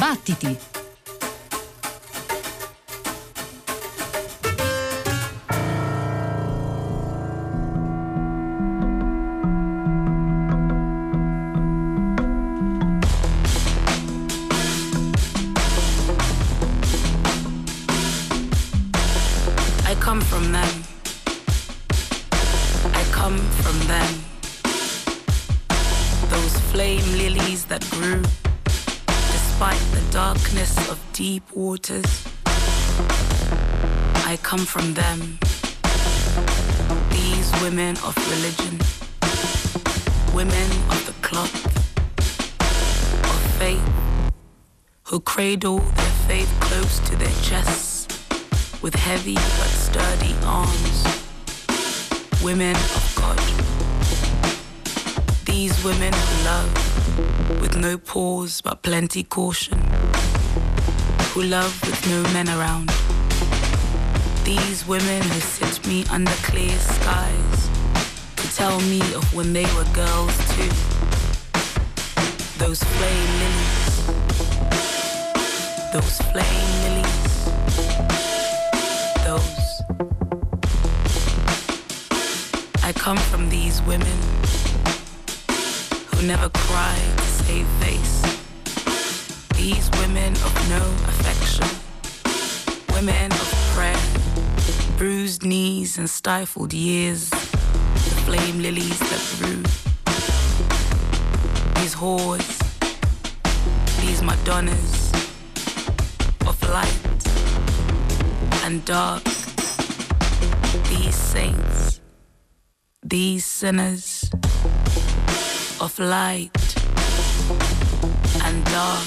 Battiti! I come from them. I come from them. Those flame lilies that grew despite the darkness of deep waters. I come from them. These women of religion, women of the cloth, of faith, who cradle their faith close to their chests with heavy but sturdy arms. Women of God. These women who love with no pause but plenty caution, who love with no men around. These women who sit me under clear skies to tell me of when they were girls too. Those flame lilies, those flame lilies, those. I come from these women who never cry to save face. These women of no affection, women of prayer, bruised knees and stifled years, the flame lilies that brew. These whores, these Madonnas of light and dark, these saints, these sinners of light and dark.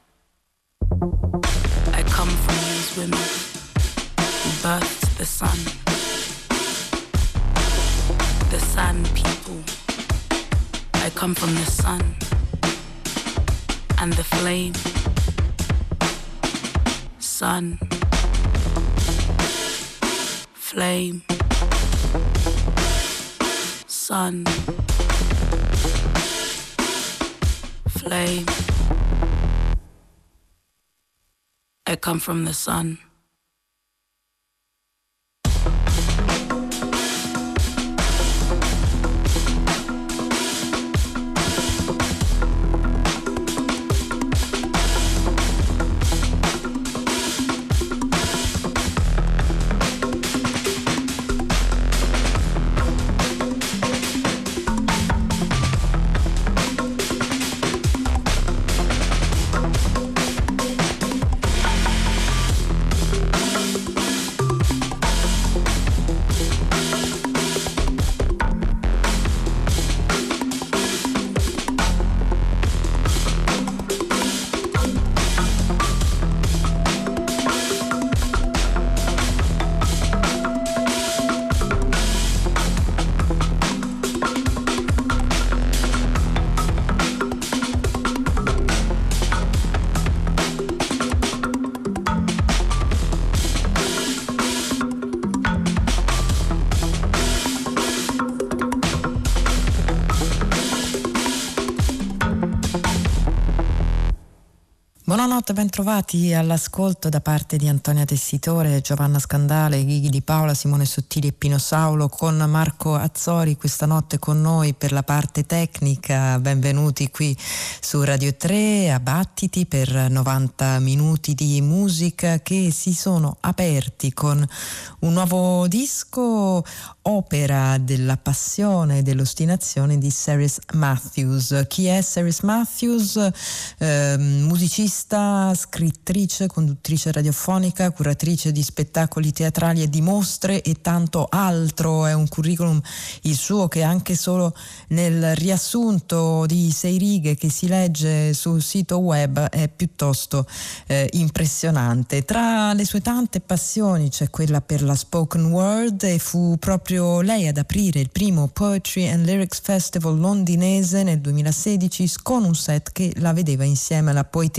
I come from these women who birthed the sun people. I come from the sun and the flame. Sun, flame, sun, flame. I come from the sun. Buonanotte, ben trovati all'ascolto da parte di Antonia Tessitore, Giovanna Scandale, Ghighi Di Paola, Simone Sottili e Pino Saulo, con Marco Azzori questa notte con noi per la parte tecnica. Benvenuti qui su Radio 3 a Battiti per 90 minuti di musica che si sono aperti con un nuovo disco, opera della passione e dell'ostinazione di Cerys Matthews. Chi è Cerys Matthews? Musicista, scrittrice, conduttrice radiofonica, curatrice di spettacoli teatrali e di mostre e tanto altro. È un curriculum il suo che anche solo nel riassunto di 6 righe che si legge sul sito web è piuttosto impressionante. Tra le sue tante passioni c'è quella per la spoken word e fu proprio lei ad aprire il primo Poetry and Lyrics Festival londinese nel 2016 con un set che la vedeva insieme alla poetessa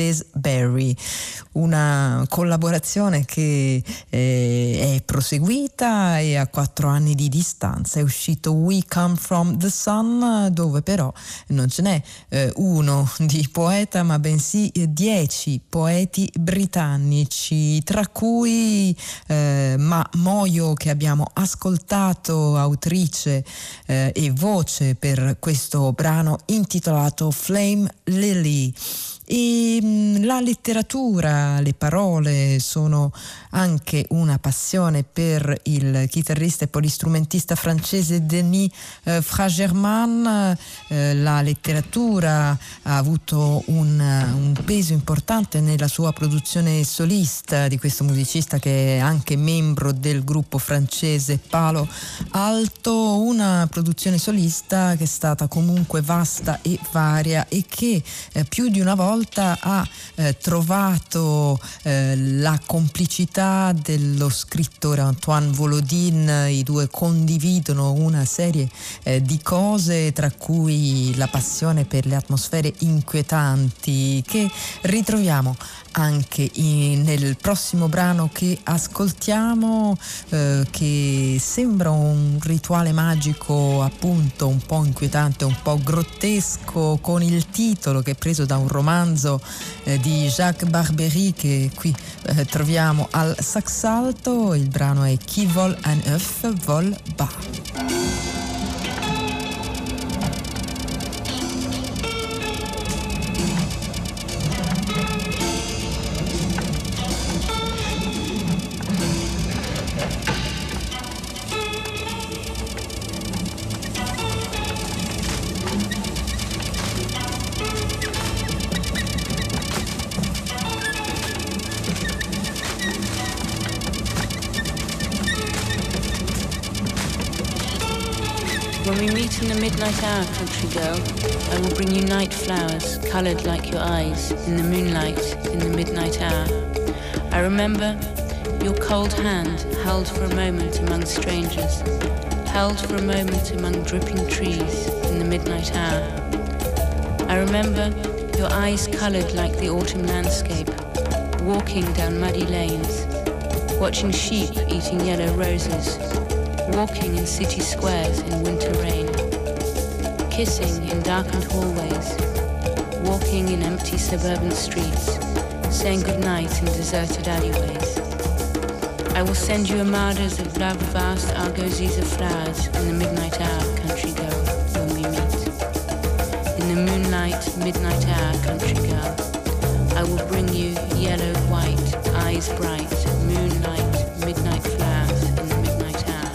Liz Berry, una collaborazione che è proseguita e a 4 anni di distanza è uscito We Come From The Sun, dove però non ce n'è uno di poeta ma bensì 10 poeti britannici, tra cui Ma Moyo, che abbiamo ascoltato, autrice e voce per questo brano intitolato Flame Lily. E la letteratura, le parole sono anche una passione per il chitarrista e polistrumentista francese Denis Fragerman. La letteratura ha avuto un peso importante nella sua produzione solista di questo musicista, che è anche membro del gruppo francese Palo Alto, una produzione solista che è stata comunque vasta e varia e che più di una volta ha trovato la complicità dello scrittore Antoine Volodin. I due condividono una serie di cose, tra cui la passione per le atmosfere inquietanti, che ritroviamo anche nel prossimo brano che ascoltiamo, che sembra un rituale magico, appunto un po' inquietante, un po' grottesco, con il titolo che è preso da un romanzo di Jacques Barbery, che qui troviamo al sax alto. Il brano è Qui vole un œuf vole bas. When we meet in the midnight hour, country girl, I will bring you night flowers, coloured like your eyes, in the moonlight, in the midnight hour. I remember your cold hand held for a moment among strangers, held for a moment among dripping trees, in the midnight hour. I remember your eyes coloured like the autumn landscape, walking down muddy lanes, watching sheep eating yellow roses, walking in city squares in winter rain, kissing in darkened hallways, walking in empty suburban streets, saying goodnight in deserted alleyways. I will send you armadas of love, vast argosies of flowers in the midnight hour, country girl, when we meet. In the moonlight, midnight hour, country girl, I will bring you yellow, white, eyes bright, moonlight, midnight flowers in the midnight hour.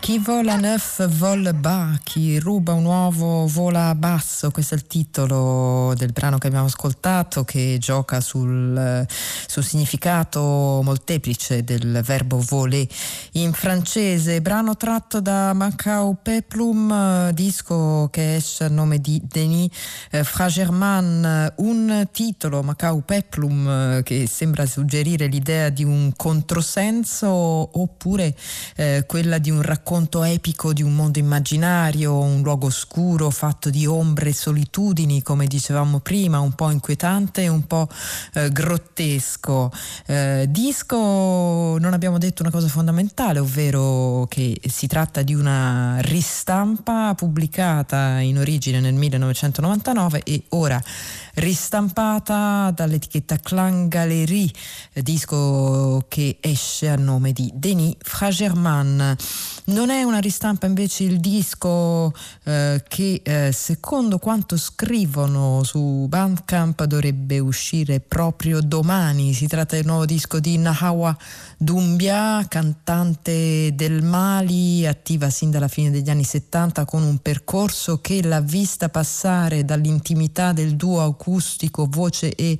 Chi vola neuf vole bas, chi ruba un uovo vola basso, questo è il titolo del brano che abbiamo ascoltato, che gioca sul significato molteplice del verbo voler in francese, brano tratto da Macao Peplum, disco che esce a nome di Denis Fragerman, un titolo Macao Peplum che sembra suggerire l'idea di un controsenso oppure quella di un racconto epico di un mondo immaginario, un luogo oscuro fatto di ombre e solitudini, come dicevamo prima, un po' inquietante e un po' grottesco. Disco, non abbiamo detto una cosa fondamentale, ovvero che si tratta di una ristampa pubblicata in origine nel 1999 e ora ristampata dall'etichetta Clan Galerie, disco che esce a nome di Denis Fragerman. Non è una ristampa invece il disco che secondo quanto scrivono su Bandcamp dovrebbe uscire proprio domani. Si tratta del nuovo disco di Nahawa Doumbia, cantante del Mali, attiva sin dalla fine degli anni 70 con un percorso che l'ha vista passare dall'intimità del duo acustico voce e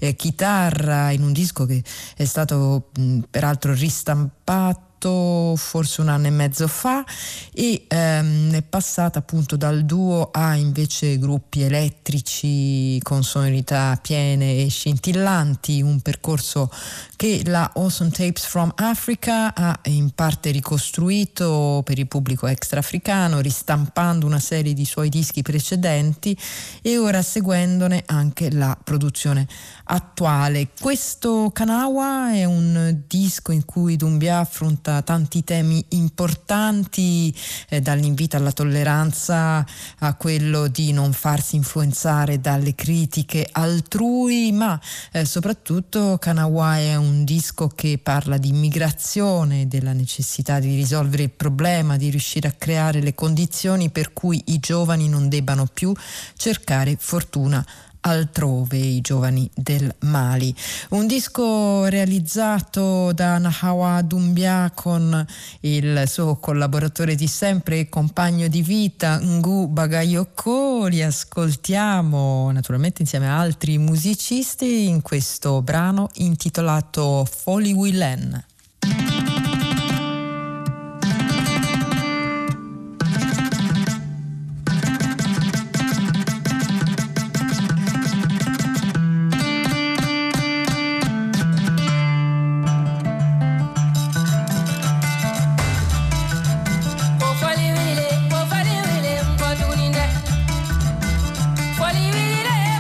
chitarra in un disco che è stato peraltro ristampato forse un anno e mezzo fa e è passata appunto dal duo a invece gruppi elettrici con sonorità piene e scintillanti, un percorso che la Awesome Tapes from Africa ha in parte ricostruito per il pubblico extraafricano, ristampando una serie di suoi dischi precedenti e ora seguendone anche la produzione attuale. Questo Kanawa è un disco in cui Doumbia affronta tanti temi importanti, dall'invito alla tolleranza a quello di non farsi influenzare dalle critiche altrui, ma soprattutto Kanawa è un disco che parla di immigrazione, della necessità di risolvere il problema, di riuscire a creare le condizioni per cui i giovani non debbano più cercare fortuna altrove, i giovani del Mali. Un disco realizzato da Nahawa Doumbia con il suo collaboratore di sempre e compagno di vita Ngu Bagayoko. Li ascoltiamo naturalmente insieme a altri musicisti in questo brano intitolato Folly Willen.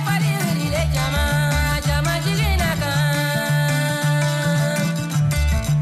Jama jigina kan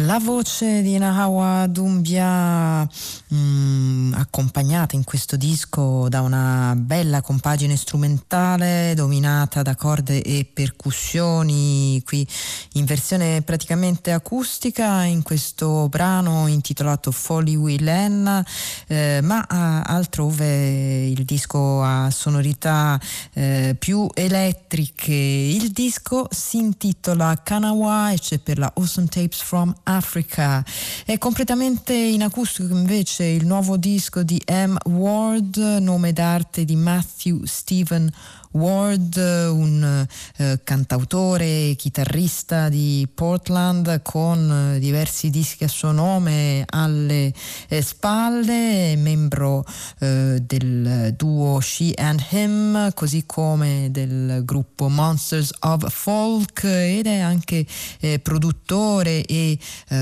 La voce di Nahawa Doumbia, accompagnata in questo disco da una bella compagine strumentale dominata da corde e percussioni, qui in versione praticamente acustica in questo brano intitolato Folly Willen, ma altrove il disco ha sonorità più elettriche. Il disco si intitola Kanawa e c'è per la Awesome Tapes from Africa. È completamente in acustico invece il nuovo disco di M. Ward, nome d'arte di Matthew Stephen Ward, un cantautore e chitarrista di Portland con diversi dischi a suo nome alle spalle, membro del duo She and Him, così come del gruppo Monsters of Folk, ed è anche produttore e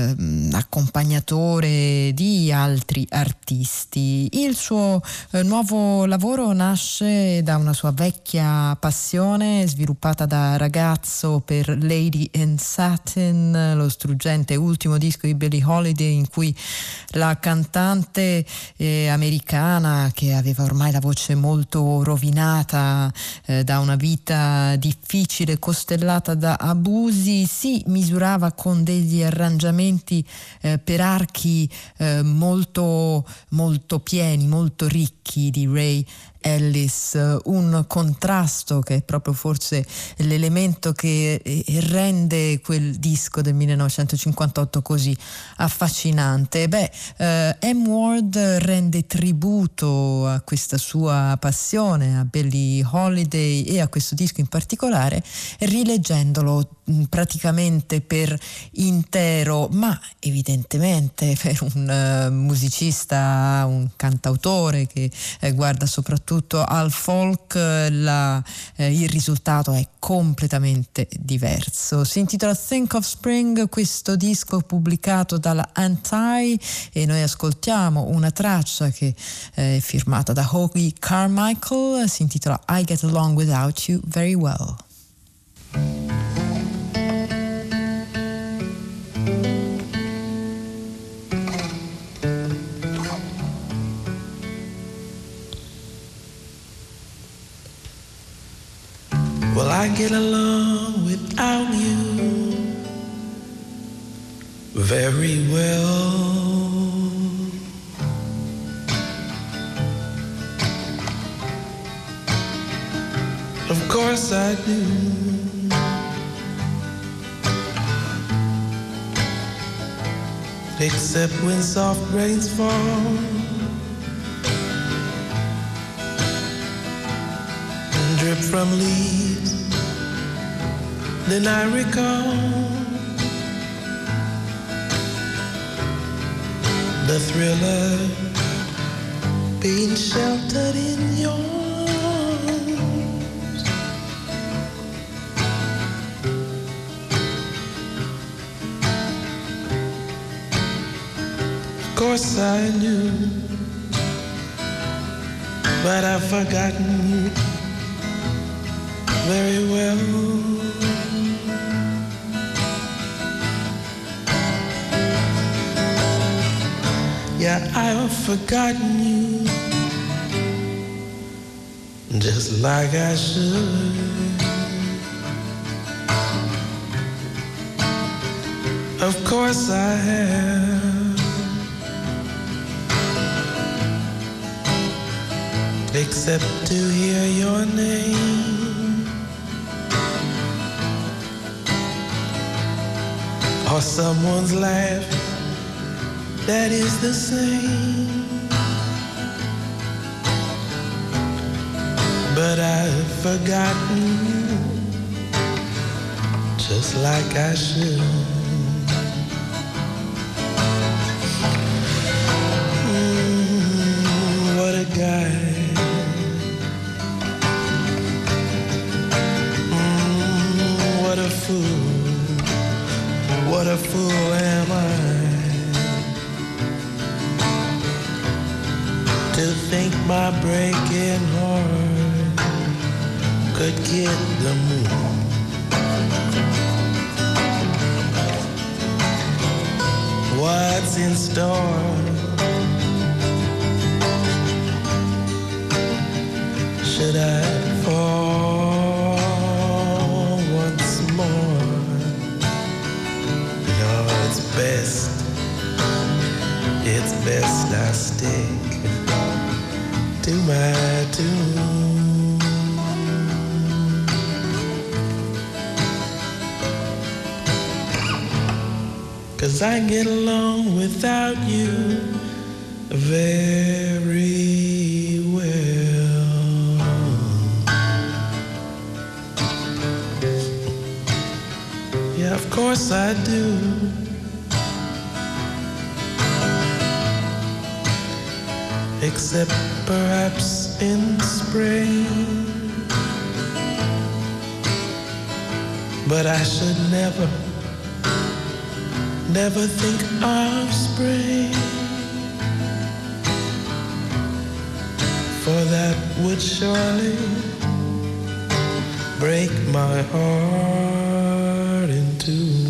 accompagnatore di altri artisti. Il suo nuovo lavoro nasce da una sua vecchia passione sviluppata da ragazzo per Lady in Satin, lo struggente ultimo disco di Billie Holiday, in cui la cantante americana, che aveva ormai la voce molto rovinata da una vita difficile costellata da abusi, si misurava con degli arrangiamenti per archi molto molto pieni, molto ricchi di Ray Ellis, un contrasto che è proprio forse l'elemento che rende quel disco del 1958 così affascinante. M. Ward rende tributo a questa sua passione, a Billie Holiday e a questo disco in particolare, rileggendolo praticamente per intero, ma evidentemente per un musicista, un cantautore che guarda soprattutto al folk, il risultato è completamente diverso. Si intitola Think of Spring, questo disco pubblicato dalla Anti, e noi ascoltiamo una traccia che è firmata da Hoagy Carmichael, si intitola I Get Along Without You Very Well. Well, I get along without you very well. Of course I do. Except when soft rains fall and drip from leaves, then I recall the thrill of being sheltered in your arms. Of course I knew, but I've forgotten you very well. Yeah, I've forgotten you just like I should. Of course I have, except to hear your name or someone's laugh that is the same. But I've forgotten you just like I should. What a guy. What a fool. What a fool am I to think my breaking heart could get the moon. what's in store. Should I fall once more? No, it's best I stick to my tune. 'Cause I get along without you very well. Yeah, of course I do. Except perhaps in spring. But I should never think of spring, for that would surely break my heart in two.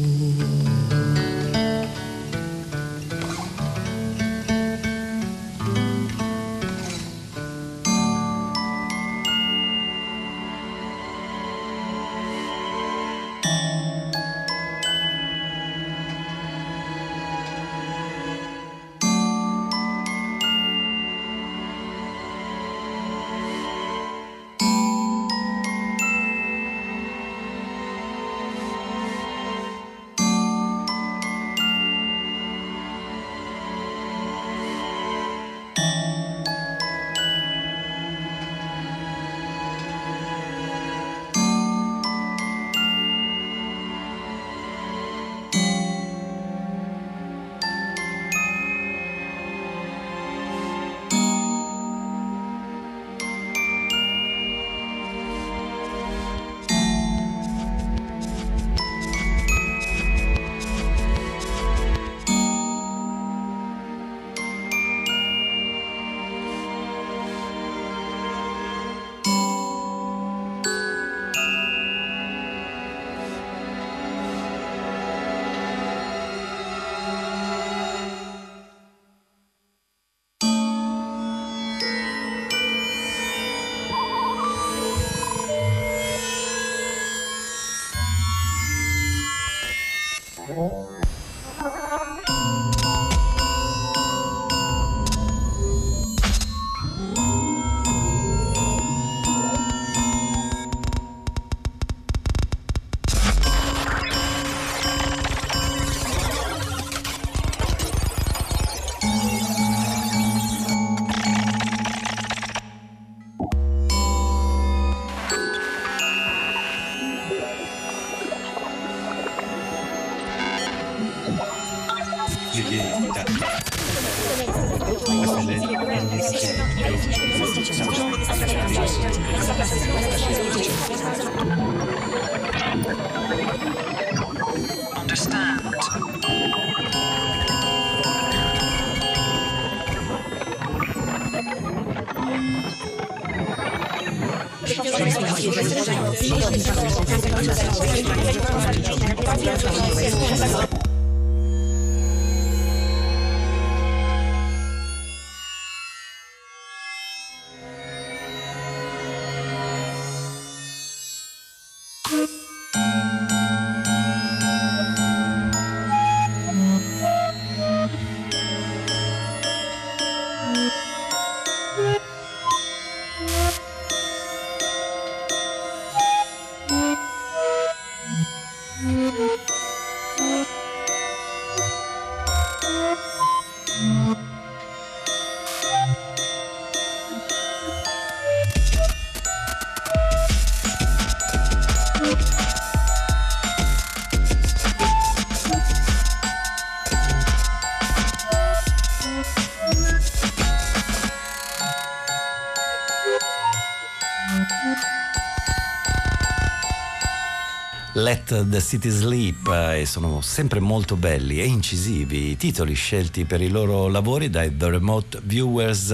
Let the City Sleep, e sono sempre molto belli e incisivi i titoli scelti per i loro lavori dai The Remote Viewers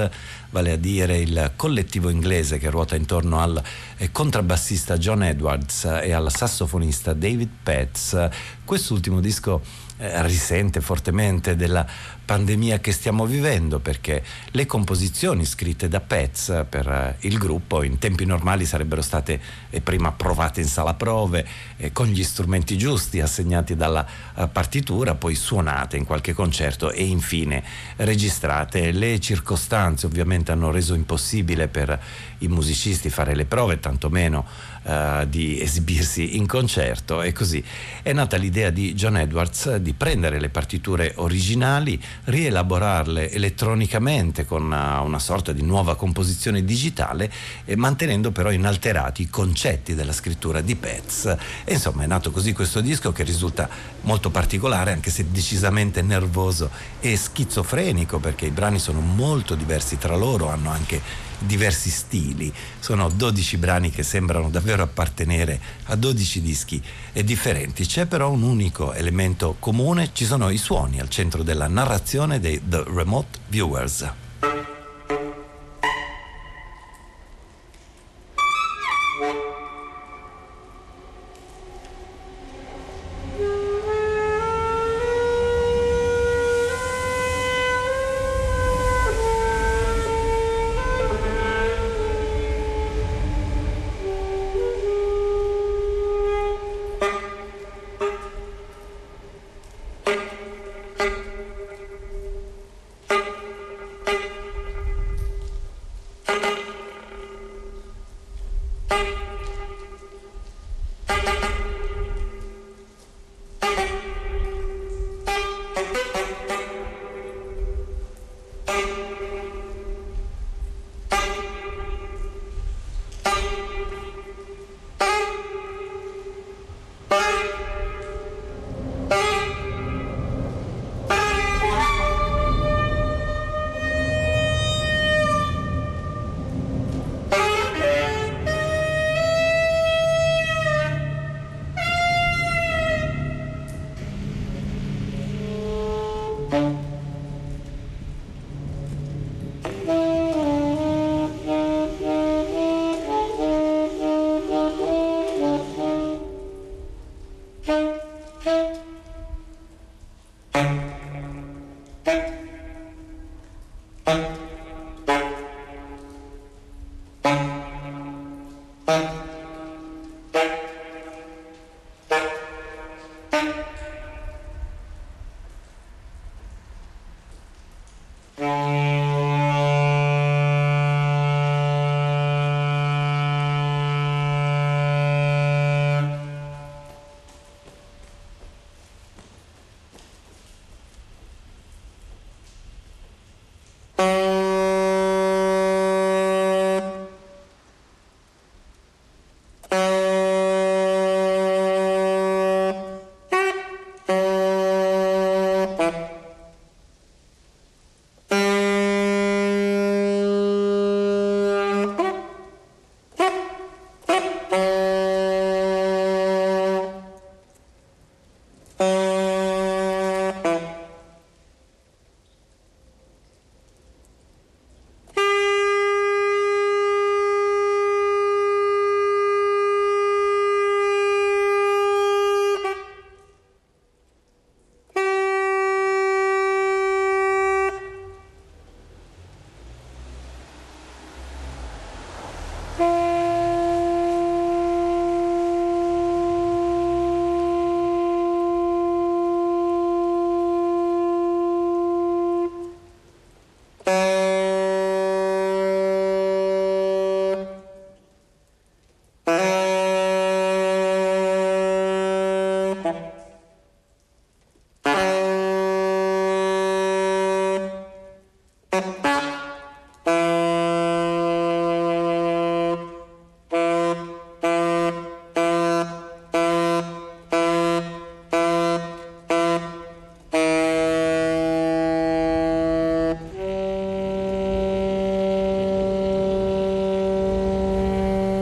vale a dire il collettivo inglese che ruota intorno al contrabbassista John Edwards e al sassofonista David Petz. Quest'ultimo disco risente fortemente della pandemia che stiamo vivendo, perché le composizioni scritte da Petz per il gruppo in tempi normali sarebbero state prima provate in sala prove con gli strumenti giusti assegnati dalla partitura, poi suonate in qualche concerto e infine registrate. Le circostanze ovviamente hanno reso impossibile per i musicisti fare le prove, tantomeno di esibirsi in concerto, e così è nata l'idea di John Edwards di prendere le partiture originali, rielaborarle elettronicamente con una sorta di nuova composizione digitale, mantenendo però inalterati i concetti della scrittura di Petz. E insomma è nato così questo disco, che risulta molto particolare, anche se decisamente nervoso e schizofrenico, perché i brani sono molto diversi tra loro, hanno anche diversi stili. Sono 12 brani che sembrano davvero appartenere a 12 dischi differenti. C'è però un unico elemento comune: ci sono i suoni al centro della narrazione dei The Remote Viewers.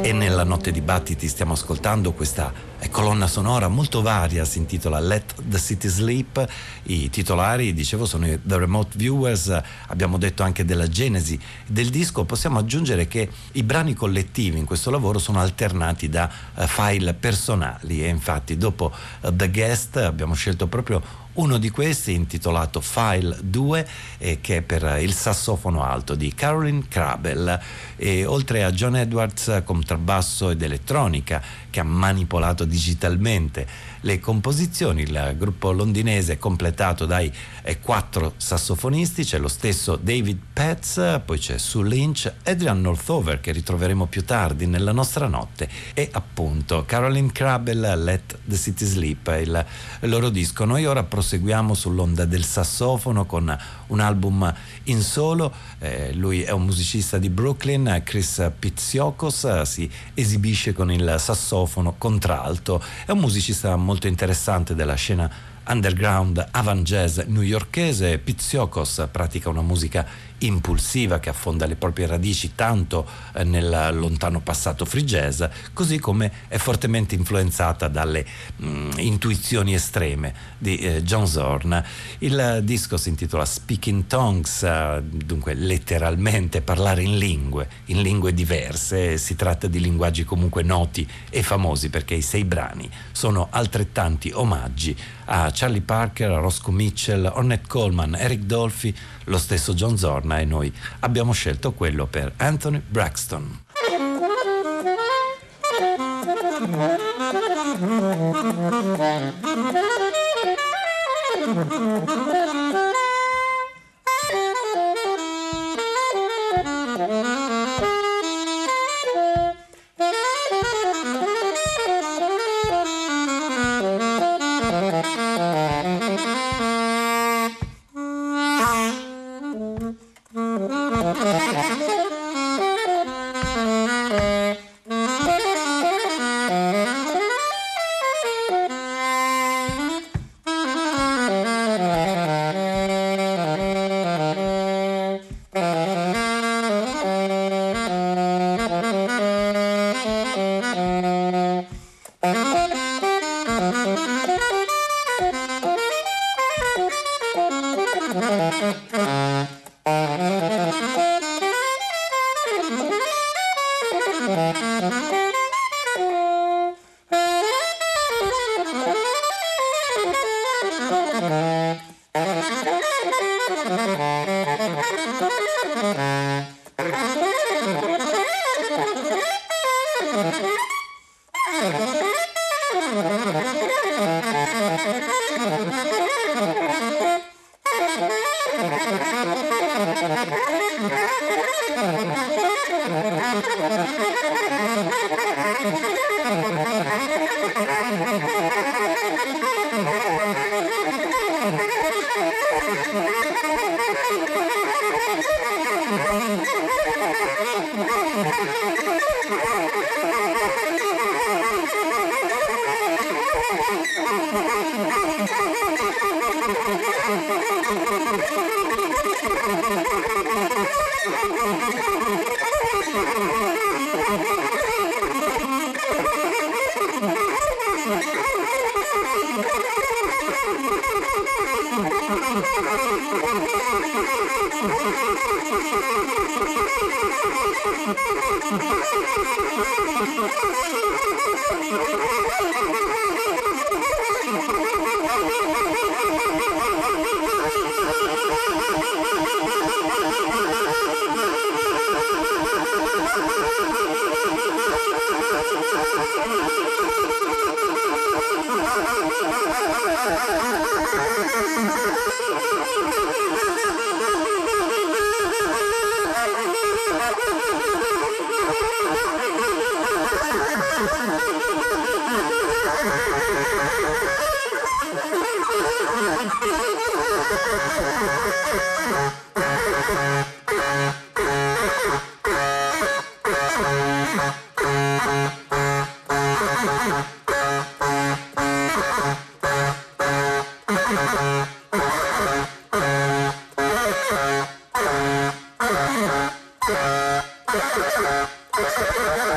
E nella notte di battiti stiamo ascoltando questa colonna sonora molto varia, si intitola Let the City Sleep. I titolari, dicevo, sono i The Remote Viewers. Abbiamo detto anche della genesi del disco. Possiamo aggiungere che i brani collettivi in questo lavoro sono alternati da file personali, e infatti dopo The Guest abbiamo scelto proprio uno di questi, intitolato File 2, che è per il sassofono alto di Caroline Crabel. E oltre a John Edwards, contrabbasso ed elettronica, che ha manipolato digitalmente le composizioni, il gruppo londinese è completato dai 4 sassofonisti. C'è lo stesso David Petz, poi c'è Sue Lynch, Adrian Northover, che ritroveremo più tardi nella nostra notte, e appunto Caroline Crabel, Let the City Sleep, il loro disco. Noi ora proseguiamo sull'onda del sassofono con un album in solo. Lui è un musicista di Brooklyn, Chris Pitsiokos, si esibisce con il sassofono contralto. È un musicista molto interessante della scena underground avant jazz newyorkese. Pitsiokos pratica una musica impulsiva che affonda le proprie radici tanto nel lontano passato free jazz, così come è fortemente influenzata dalle intuizioni estreme di John Zorn. Il disco si intitola Speaking Tongues, dunque letteralmente parlare in lingue diverse. Si tratta di linguaggi comunque noti e famosi, perché i 6 brani sono altrettanti omaggi a Charlie Parker, a Roscoe Mitchell, Ornette Coleman, Eric Dolphy, lo stesso John Zorn, e noi abbiamo scelto quello per Anthony Braxton.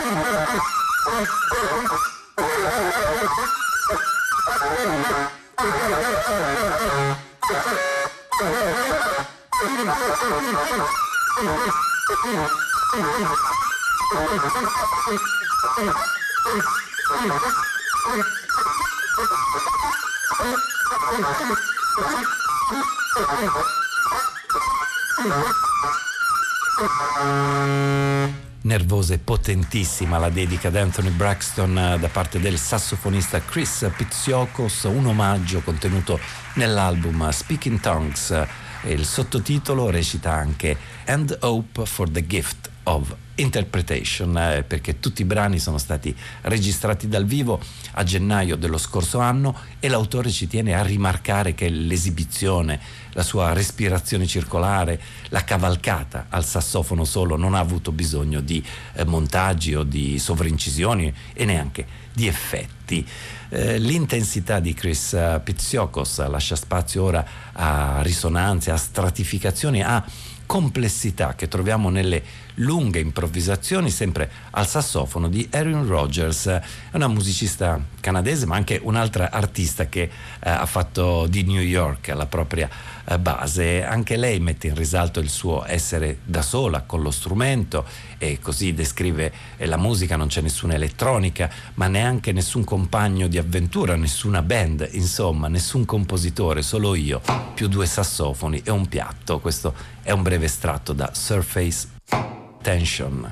Nervosa e potentissima la dedica ad Anthony Braxton da parte del sassofonista Chris Pizziokos, un omaggio contenuto nell'album Speaking Tongues, e il sottotitolo recita anche And Hope for the Gift of Interpretation, perché tutti i brani sono stati registrati dal vivo a gennaio dello scorso anno e l'autore ci tiene a rimarcare che l'esibizione, la sua respirazione circolare, la cavalcata al sassofono solo non ha avuto bisogno di montaggi o di sovraincisioni e neanche di effetti. L'intensità di Chris Pizziokos lascia spazio ora a risonanze, a stratificazioni, a complessità che troviamo nelle lunghe improvvisazioni sempre al sassofono di Erin Rogers, è una musicista canadese ma anche un'altra artista che ha fatto di New York la propria base. Anche lei mette in risalto il suo essere da sola con lo strumento e così descrive la musica: non c'è nessuna elettronica ma neanche nessun compagno di avventura, nessuna band, insomma nessun compositore, solo io più 2 sassofoni e un piatto. Questo è un breve estratto da Surface Tension.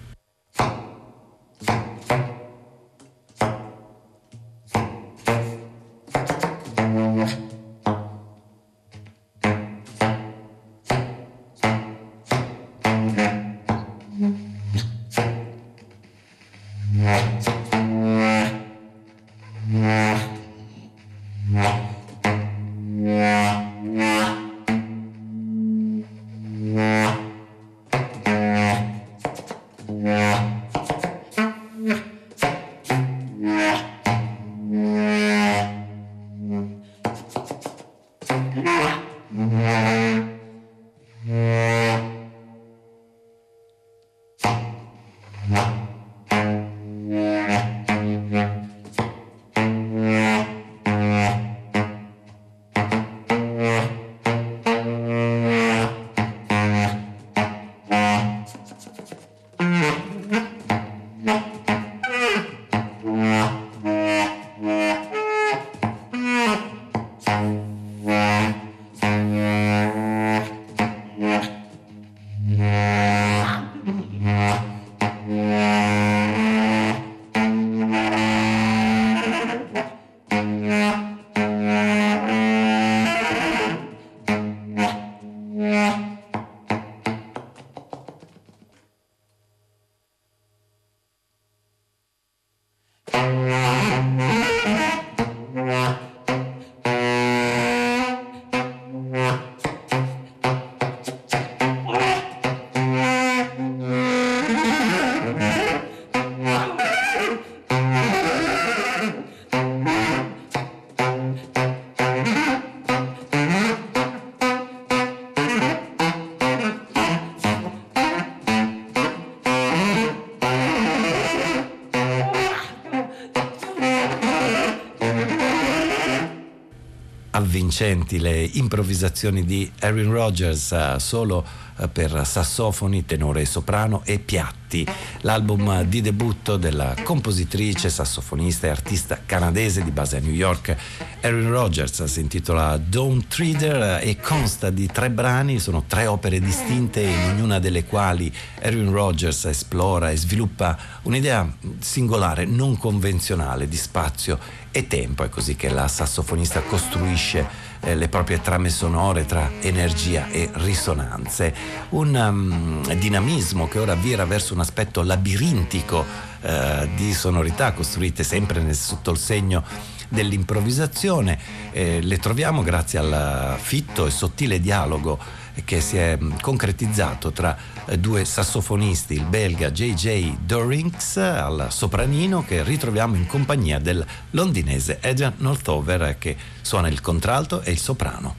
Avvincenti le improvvisazioni di Erin Rogers, solo per sassofoni, tenore e soprano e piatti. L'album di debutto della compositrice, sassofonista e artista canadese di base a New York, Erin Rogers, si intitola Dawn Treader e consta di 3 brani, sono 3 opere distinte in ognuna delle quali Erin Rogers esplora e sviluppa un'idea singolare, non convenzionale di spazio e tempo. È così che la sassofonista costruisce le proprie trame sonore tra energia e risonanze, un dinamismo che ora vira verso un aspetto labirintico di sonorità costruite sempre sotto il segno dell'improvvisazione. Le troviamo grazie al fitto e sottile dialogo che si è concretizzato tra 2 sassofonisti, il belga J.J. Dorinx al sopranino, che ritroviamo in compagnia del londinese Adrian Northover, che suona il contralto e il soprano.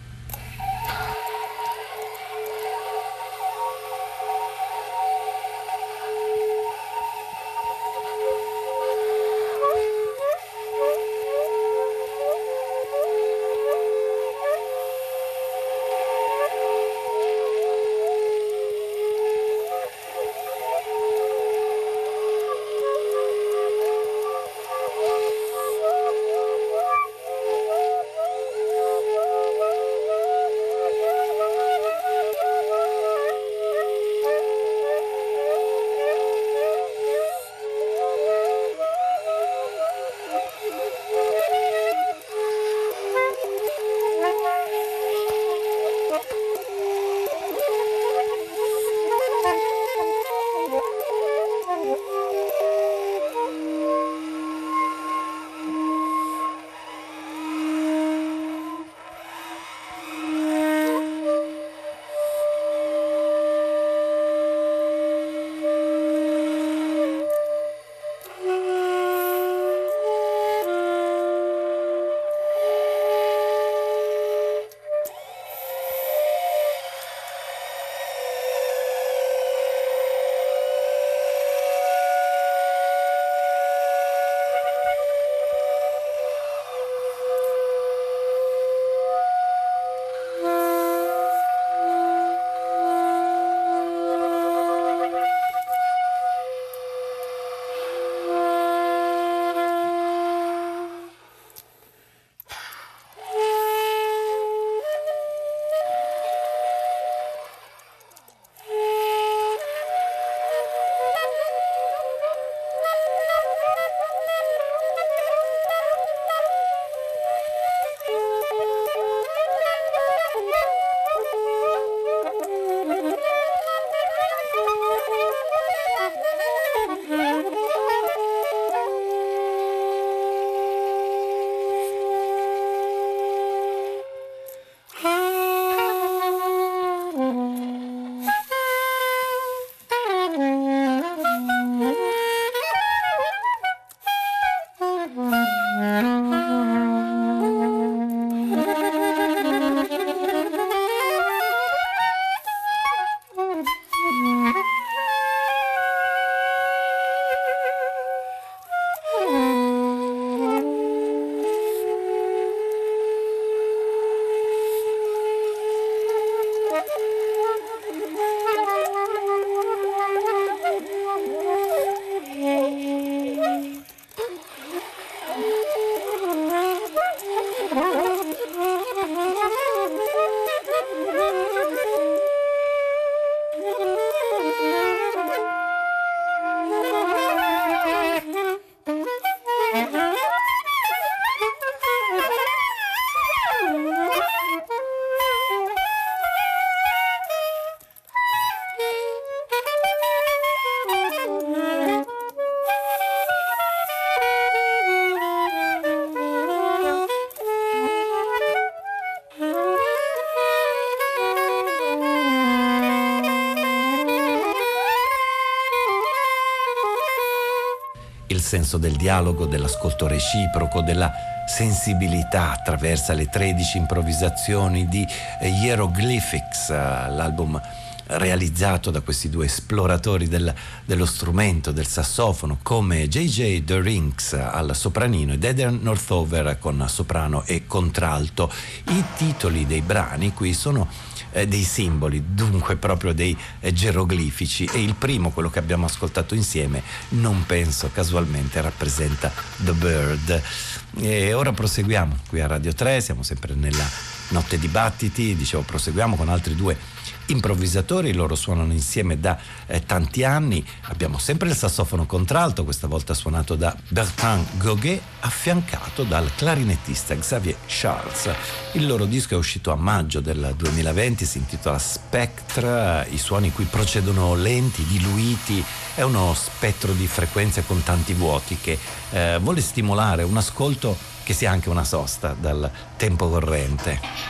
senso del dialogo, dell'ascolto reciproco, della sensibilità attraverso le 13 improvvisazioni di Hieroglyphics, l'album realizzato da questi due esploratori dello strumento, del sassofono, come J.J. The Rinks al sopranino ed Heather Northover con soprano e contralto. I titoli dei brani qui sono dei simboli, dunque proprio dei geroglifici, e il primo, quello che abbiamo ascoltato insieme, non penso casualmente rappresenta The Bird. E ora proseguiamo qui a Radio 3, siamo sempre nella Notte di Battiti, dicevo proseguiamo con altri due improvvisatori, loro suonano insieme da tanti anni. Abbiamo sempre il sassofono contralto, questa volta suonato da Bertrand Goguet, affiancato dal clarinettista Xavier Charles. Il loro disco è uscito a maggio del 2020, si intitola Spectre, i suoni qui procedono lenti, diluiti, è uno spettro di frequenze con tanti vuoti che vuole stimolare un ascolto che sia anche una sosta dal tempo corrente.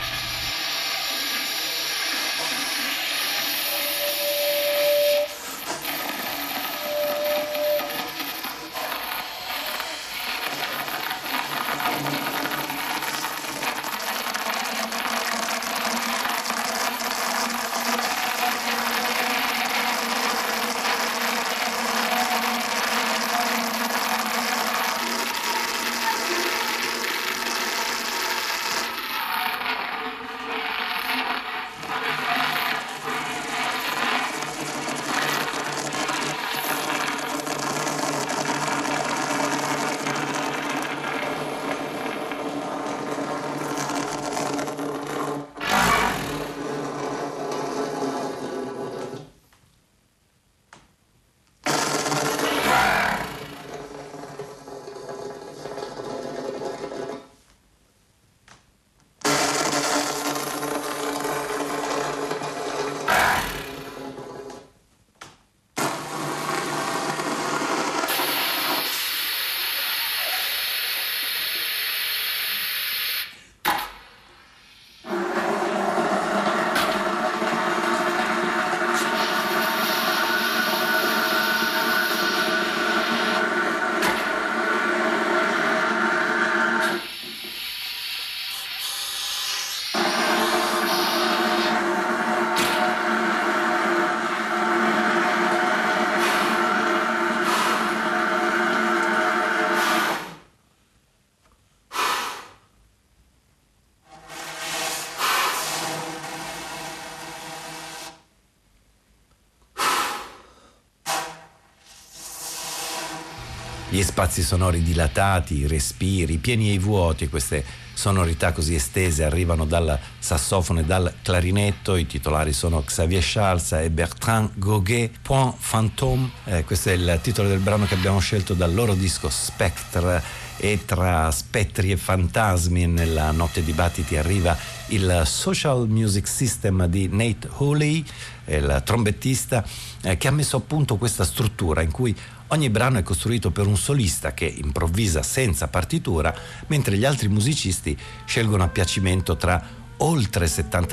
Gli spazi sonori dilatati, i respiri, pieni e i vuoti, queste sonorità così estese arrivano dal sassofono e dal clarinetto. I titolari sono Xavier Charles e Bertrand Goguet. Point Fantôme, questo è il titolo del brano che abbiamo scelto dal loro disco Spectre, e tra spettri e fantasmi nella Notte di Battiti arriva il Social Music System di Nate Hooley, il trombettista, che ha messo a punto questa struttura in cui ogni brano è costruito per un solista che improvvisa senza partitura, mentre gli altri musicisti scelgono a piacimento tra oltre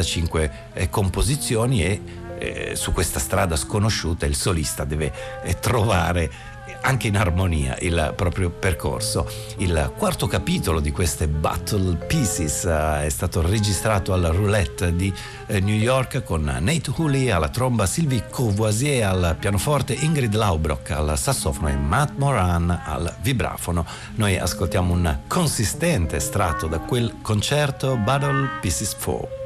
75 composizioni e su questa strada sconosciuta il solista deve trovare anche in armonia il proprio percorso. Il quarto capitolo di queste Battle Pieces è stato registrato al Roulette di New York con Nate Hooley alla tromba, Sylvie Courvoisier al pianoforte, Ingrid Laubrock al sassofono e Matt Moran al vibrafono. Noi ascoltiamo un consistente estratto da quel concerto, Battle Pieces 4.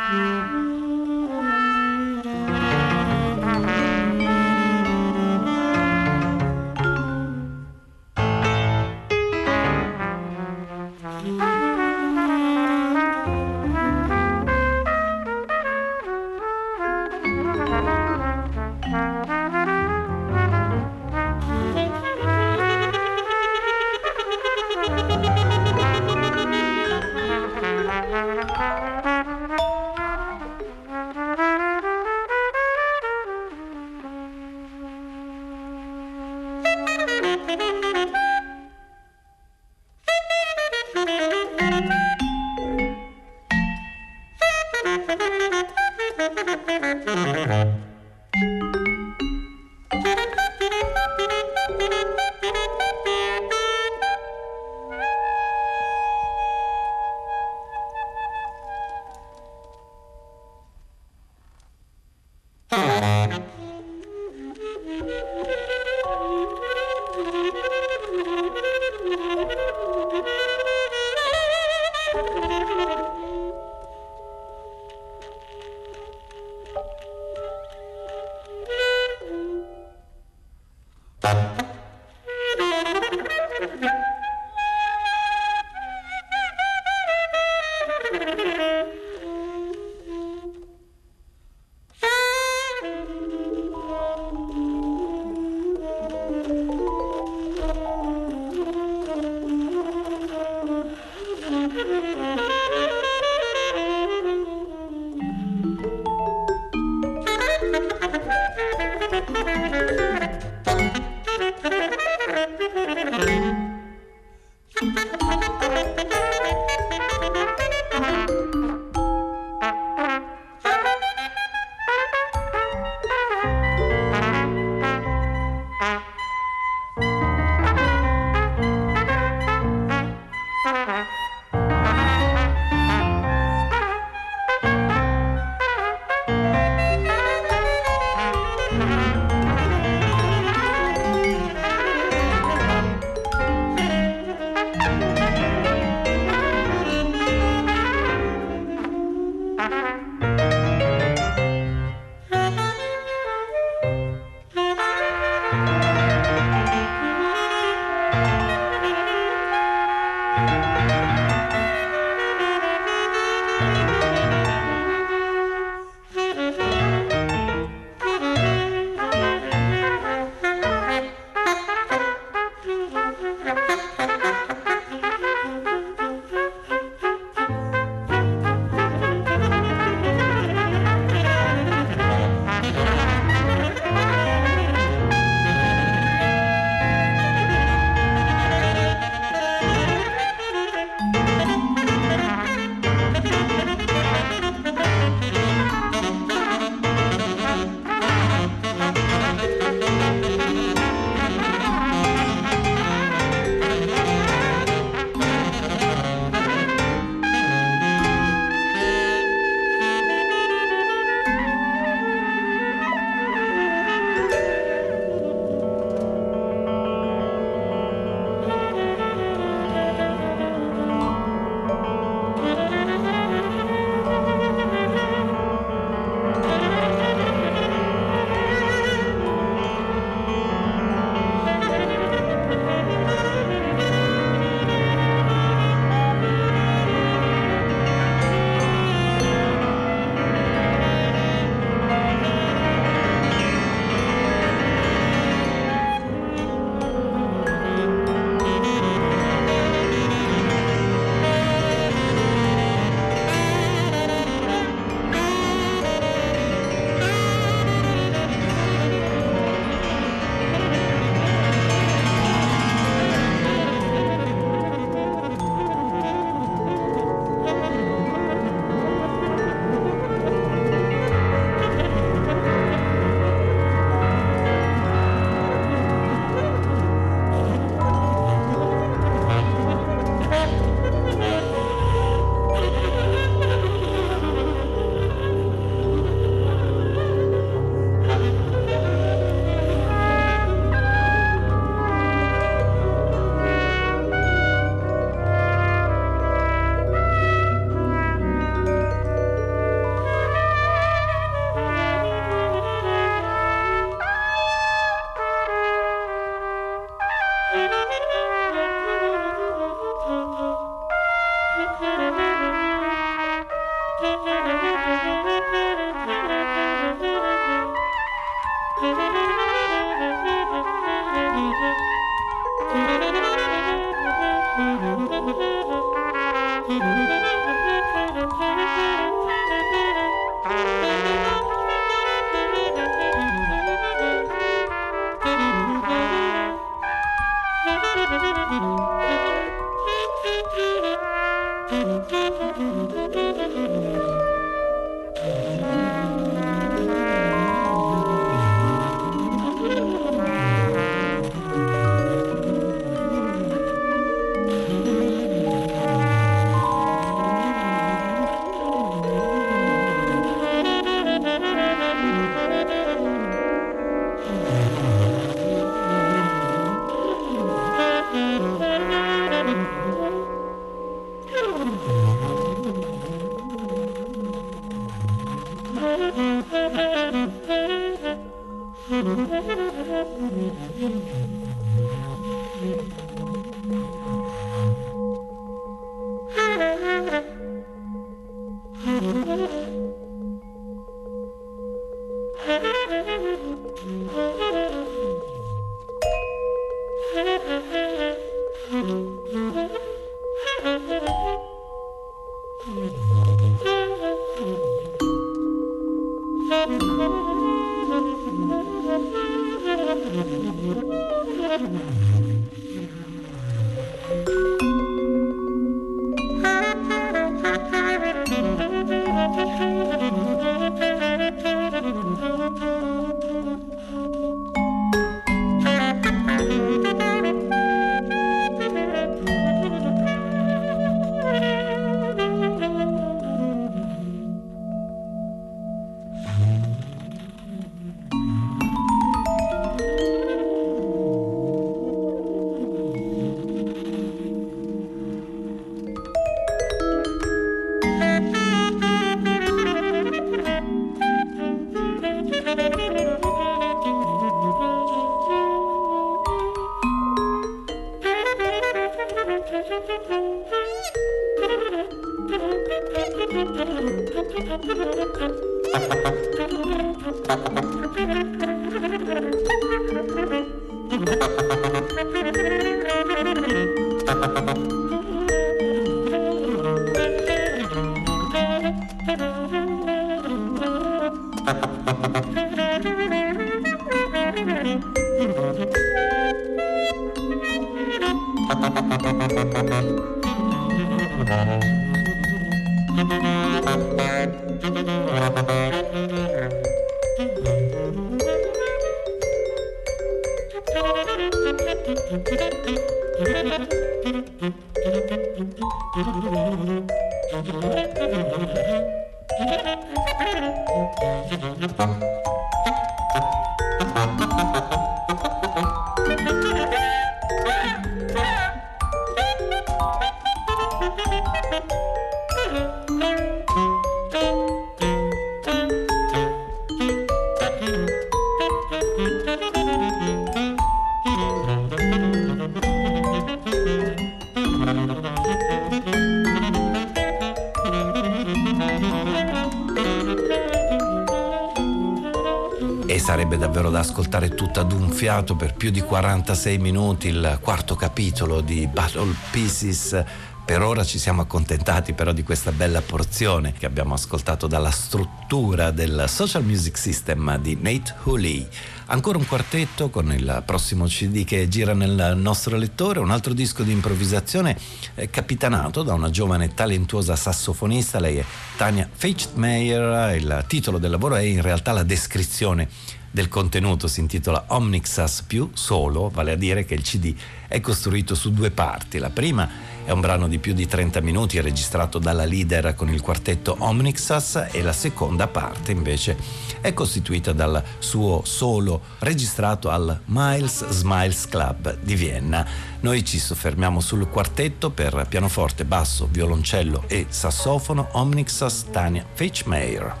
Sarebbe davvero da ascoltare tutta d'un fiato per più di 46 minuti il quarto capitolo di Battle Pieces. Per ora ci siamo accontentati però di questa bella porzione che abbiamo ascoltato dalla struttura del Social Music System di Nate Hooley. Ancora un quartetto con il prossimo CD che gira nel nostro lettore, un altro disco di improvvisazione capitanato da una giovane e talentuosa sassofonista. Lei è Tanya Feichtmeyer. Il titolo del lavoro è in realtà la descrizione del contenuto, si intitola Omnixas più solo, vale a dire che il CD è costruito su due parti. La prima è un brano di più di 30 minuti registrato dalla leader con il quartetto Omnixas e la seconda parte invece è costituita dal suo solo registrato al Miles Smiles Club di Vienna. Noi ci soffermiamo sul quartetto per pianoforte, basso, violoncello e sassofono Omnixas Tanya Feichtmeyer.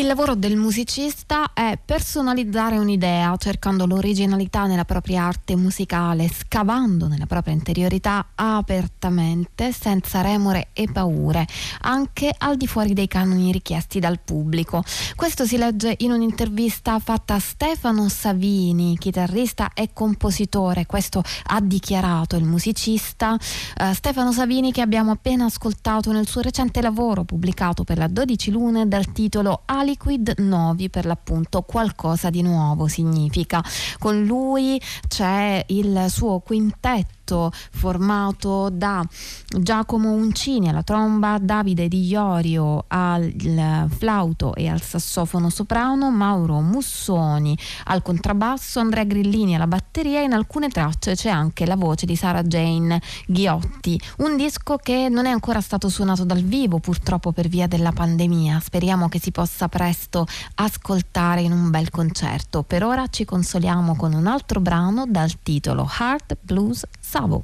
Il lavoro del musicista è personalizzare un'idea, cercando l'originalità nella propria arte musicale, scavando nella propria interiorità apertamente, senza remore e paure, anche al di fuori dei canoni richiesti dal pubblico. Questo si legge in un'intervista fatta a Stefano Savini, chitarrista e compositore. Questo ha dichiarato il musicista Stefano Savini, che abbiamo appena ascoltato nel suo recente lavoro pubblicato per la 12 Lune dal titolo Aliquid Novi, per l'appunto qualcosa di nuovo significa. Con lui c'è il suo quintetto formato da Giacomo Uncini alla tromba, Davide Di Iorio al flauto e al sassofono soprano, Mauro Mussoni al contrabbasso, Andrea Grillini alla batteria, e in alcune tracce c'è anche la voce di Sara Jane Ghiotti. Un disco che non è ancora stato suonato dal vivo, purtroppo, per via della pandemia. Speriamo che si possa presto ascoltare in un bel concerto. Per ora ci consoliamo con un altro brano dal titolo Hard Blues Savo.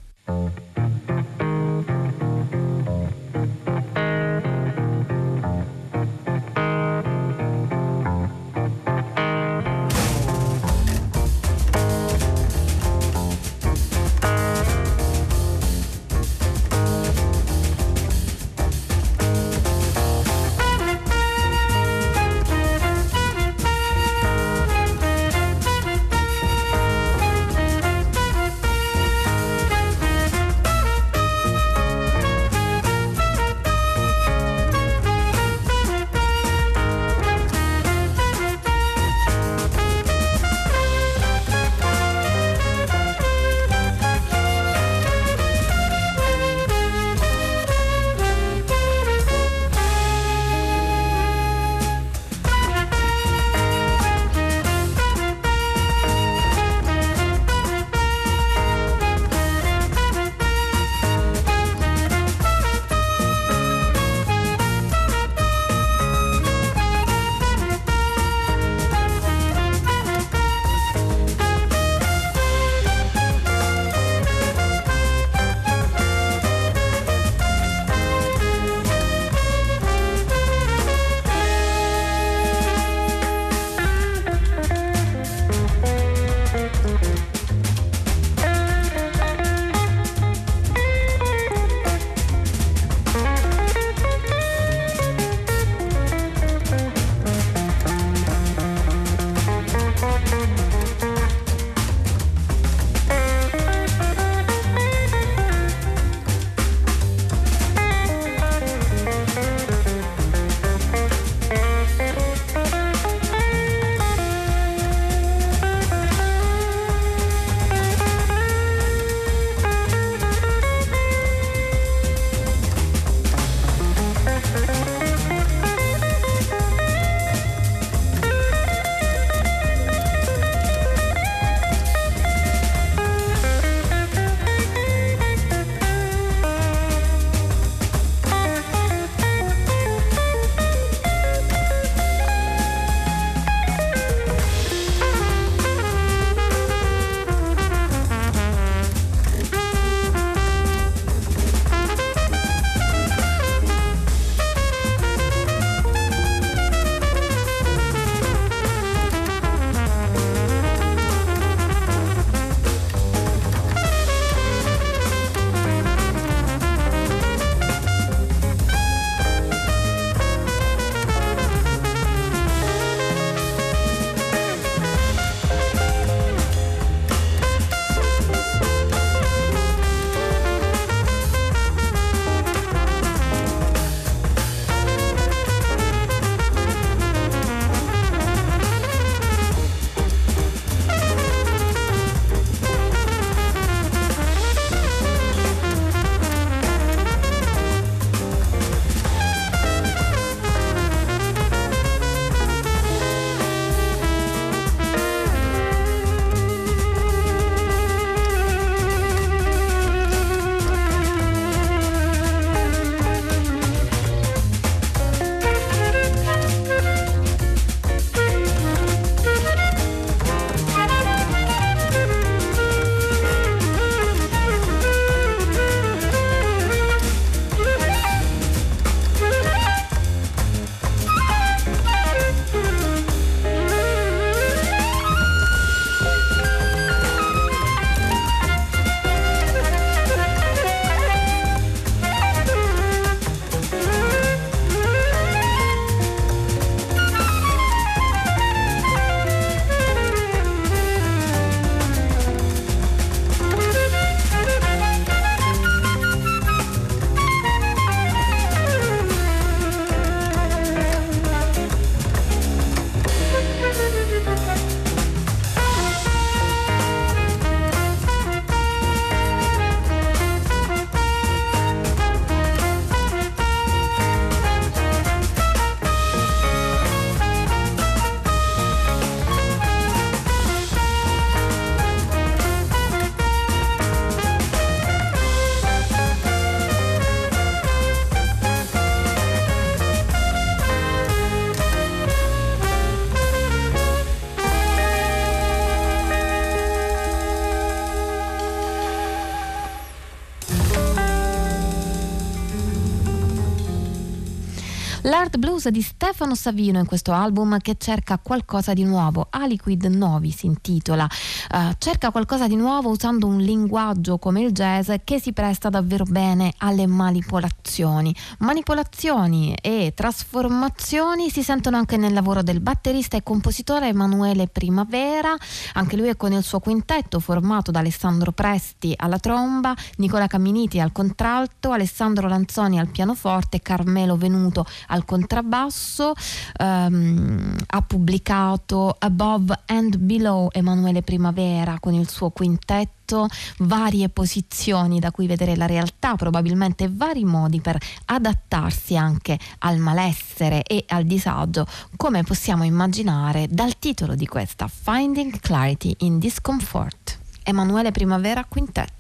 L'Art Blues di Stefano Savino in questo album che cerca qualcosa di nuovo. Aliquid Novi si intitola. Cerca qualcosa di nuovo usando un linguaggio come il jazz che si presta davvero bene alle manipolazioni. Manipolazioni e trasformazioni si sentono anche nel lavoro del batterista e compositore Emanuele Primavera, anche lui è con il suo quintetto formato da Alessandro Presti alla tromba, Nicola Camminiti al contralto, Alessandro Lanzoni al pianoforte, Carmelo Venuto al contrabbasso. Ha pubblicato Above and Below Emanuele Primavera con il suo quintetto, varie posizioni da cui vedere la realtà, probabilmente vari modi per adattarsi anche al malessere e al disagio, come possiamo immaginare dal titolo di questa Finding Clarity in Discomfort. Emanuele Primavera Quintetto.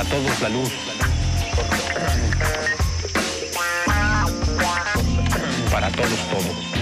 Para todos la luz. Para todos todo.